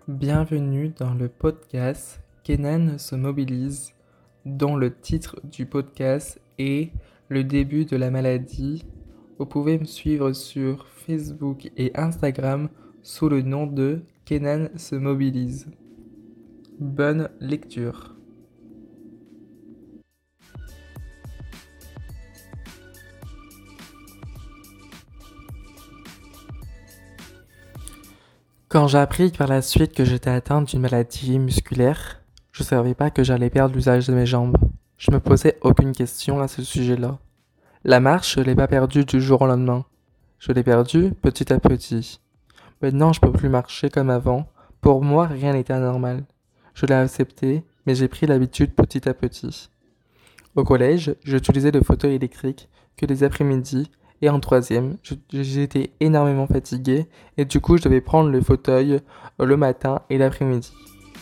Bienvenue dans le podcast Kenan se mobilise, dont le titre du podcast est Le début de la maladie. Vous pouvez me suivre sur Facebook et Instagram sous le nom de Kenan se mobilise. Bonne lecture. Quand j'ai appris par la suite que j'étais atteinte d'une maladie musculaire, je savais pas que j'allais perdre l'usage de mes jambes. Je me posais aucune question à ce sujet-là. La marche, je l'ai pas perdue du jour au lendemain. Je l'ai perdue petit à petit. Maintenant, je peux plus marcher comme avant. Pour moi, rien n'était anormal. Je l'ai accepté, mais j'ai pris l'habitude petit à petit. Au collège, j'utilisais le fauteuil électrique que les après-midi, et en troisième, j'étais énormément fatigué, et du coup, je devais prendre le fauteuil le matin et l'après-midi.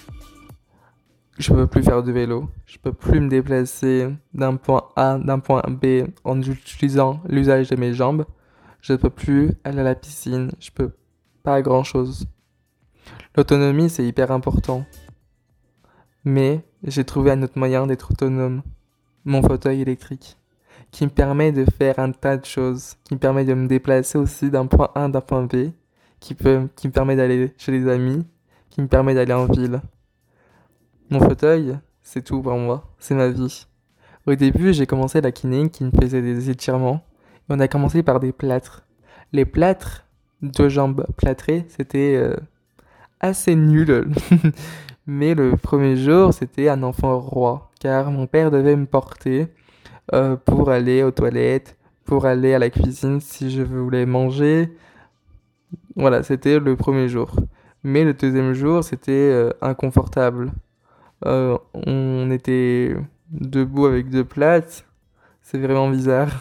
Je peux plus faire de vélo. Je peux plus me déplacer d'un point A, d'un point B en utilisant l'usage de mes jambes. Je peux plus aller à la piscine. Je peux pas grand chose. L'autonomie, c'est hyper important. Mais j'ai trouvé un autre moyen d'être autonome. Mon fauteuil électrique. Qui me permet de faire un tas de choses. Qui me permet de me déplacer aussi d'un point A, d'un point B. Qui me permet d'aller chez les amis. Qui me permet d'aller en ville. Mon fauteuil, c'est tout pour moi, c'est ma vie. Au début, j'ai commencé la kiné qui me faisait des étirements. Et on a commencé par des plâtres. Les plâtres, deux jambes plâtrées, c'était assez nul. Mais le premier jour, c'était un enfant roi. Car mon père devait me porter pour aller aux toilettes, pour aller à la cuisine si je voulais manger. Voilà, c'était le premier jour. Mais le deuxième jour, c'était inconfortable. On était debout avec deux plates. C'est vraiment bizarre.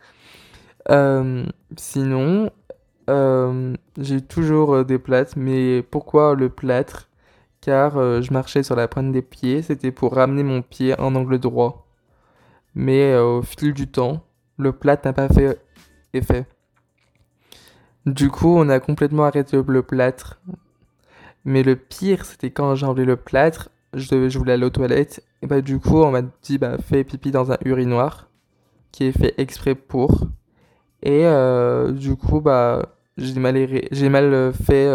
Sinon, j'ai toujours des plates, mais pourquoi le plâtre? Car je marchais sur la pointe des pieds, c'était pour ramener mon pied en angle droit. Mais au fil du temps, le plâtre n'a pas fait effet. Du coup, on a complètement arrêté le plâtre. Mais le pire, c'était quand j'ai enlevé le plâtre, je voulais aller aux toilettes, et bah du coup, on m'a dit, bah fais pipi dans un urinoir, qui est fait exprès pour. Et du coup, bah, j'ai mal fait,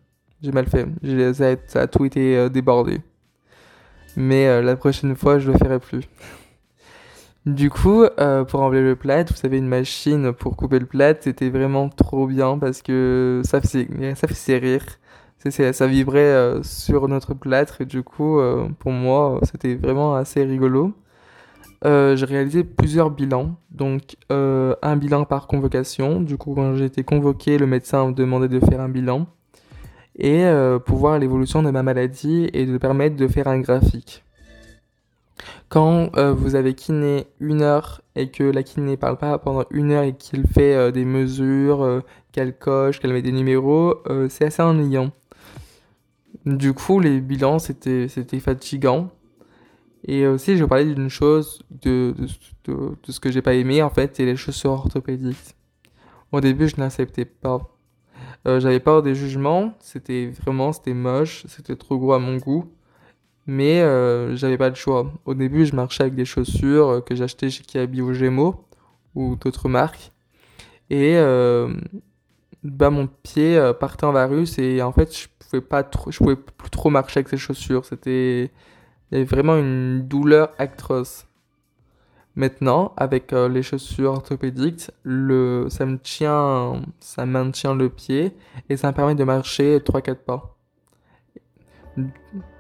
ça a tout été débordé. Mais la prochaine fois, je le ferai plus. Du coup, pour enlever le plâtre, vous savez, une machine pour couper le plâtre, c'était vraiment trop bien parce que ça faisait rire. Ça vibrait sur notre plâtre et du coup, pour moi, c'était vraiment assez rigolo. J'ai réalisé plusieurs bilans, donc un bilan par convocation. Du coup, quand j'ai été convoqué, le médecin me demandait de faire un bilan et pour voir l'évolution de ma maladie et de permettre de faire un graphique. Quand vous avez kiné 1 heure et que la kiné parle pas pendant 1 heure et qu'il fait des mesures, qu'elle coche, qu'elle met des numéros, c'est assez ennuyant. Du coup, les bilans, c'était fatigant. Et aussi, je vais parler d'une chose, de ce que j'ai pas aimé, en fait, c'est les chaussures orthopédiques. Au début, je n'acceptais pas. J'avais peur des jugements, c'était moche, c'était trop gros à mon goût. Mais j'avais pas le choix. Au début, je marchais avec des chaussures que j'achetais chez Kiabi ou Gémeaux, ou d'autres marques. Et bah, mon pied partait en varus et en fait, je pouvais plus trop marcher avec ces chaussures. Il y avait vraiment une douleur atroce. Maintenant, avec les chaussures orthopédiques, ça maintient le pied et ça me permet de marcher 3-4 pas.